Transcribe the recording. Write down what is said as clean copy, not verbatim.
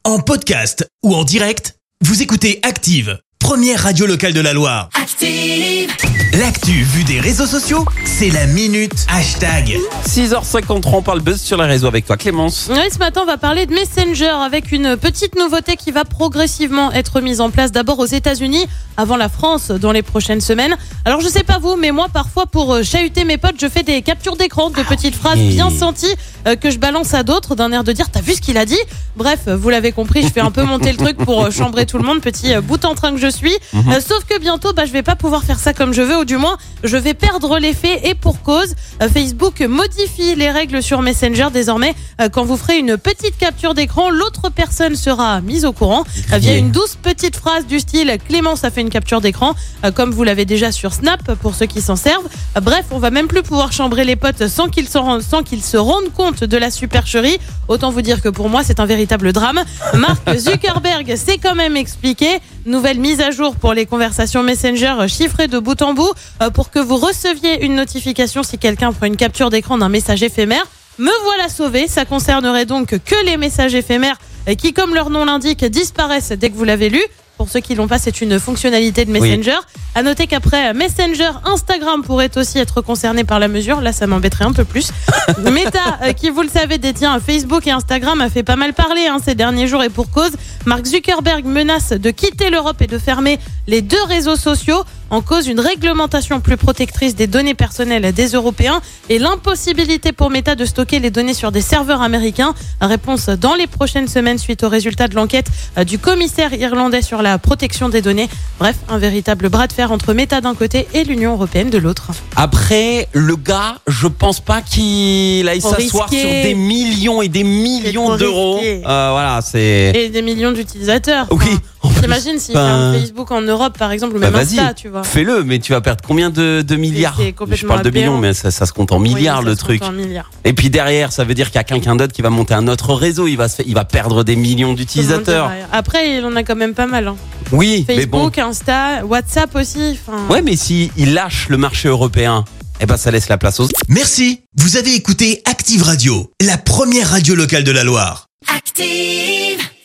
En podcast ou en direct, vous écoutez Active, première radio locale de la Loire. Active! L'actu vue des réseaux sociaux, c'est la minute hashtag. 6h53, on parle buzz sur les réseaux avec toi, Clémence. Oui, ce matin, on va parler de Messenger avec une petite nouveauté qui va progressivement être mise en place d'abord aux États-Unis, avant la France dans les prochaines semaines. Alors, je sais pas vous, mais moi, parfois, pour chahuter mes potes, je fais des captures d'écran de petites phrases bien senties que je balance à d'autres d'un air de dire « T'as vu ce qu'il a dit ?» Bref, vous l'avez compris, je fais un peu monter le truc pour chambrer tout le monde, petit bout en train que je suis. Sauf que bientôt, je vais pas pouvoir faire ça comme je veux, ou du moins, je vais perdre l'effet et pour cause. Facebook modifie les règles sur Messenger. Désormais, quand vous ferez une petite capture d'écran, l'autre personne sera mise au courant via une douce petite phrase du style « Clémence a fait une capture d'écran », comme vous l'avez déjà sur Snap pour ceux qui s'en servent. Bref, on va même plus pouvoir chambrer les potes sans qu'ils se rendent compte de la supercherie. Autant vous dire que pour moi, c'est un véritable drame. Mark Zuckerberg s'est quand même expliqué. Nouvelle mise à jour pour les conversations Messenger chiffrées de bout en bout pour que vous receviez une notification si quelqu'un prend une capture d'écran d'un message éphémère. Me voilà sauvé. Ça concernerait donc que les messages éphémères qui, comme leur nom l'indique, disparaissent dès que vous l'avez lu. Pour ceux qui l'ont pas, c'est une fonctionnalité de Messenger. Oui. À noter qu'après Messenger, Instagram pourrait aussi être concerné par la mesure. Là, ça m'embêterait un peu plus. Meta, qui vous le savez, détient Facebook et Instagram, a fait pas mal parler ces derniers jours et pour cause. Mark Zuckerberg menace de quitter l'Europe et de fermer les deux réseaux sociaux. En cause, une réglementation plus protectrice des données personnelles des Européens et l'impossibilité pour Meta de stocker les données sur des serveurs américains. Réponse dans les prochaines semaines suite aux résultats de l'enquête du commissaire irlandais sur la protection des données. Bref, un véritable bras de fer entre Meta d'un côté et l'Union européenne de l'autre. Après, le gars, je pense pas qu'il aille s'asseoir sur des millions et des millions d'euros. Voilà, c'est... Et des millions d'utilisateurs. Oui. T'imagines s'il fait un Facebook en Europe, par exemple, ou même Insta, tu vois. Fais-le, mais tu vas perdre combien de milliards? Je parle de millions, mais ça se compte en milliards, le truc. Et puis derrière, ça veut dire qu'il y a quelqu'un d'autre qui va monter un autre réseau, il va perdre des millions d'utilisateurs. Après, il en a quand même pas mal. Oui, Facebook, mais bon. Insta, WhatsApp aussi. Ouais, mais si il lâche le marché européen, ça laisse la place aux... Merci. Vous avez écouté Active Radio, la première radio locale de la Loire. Active!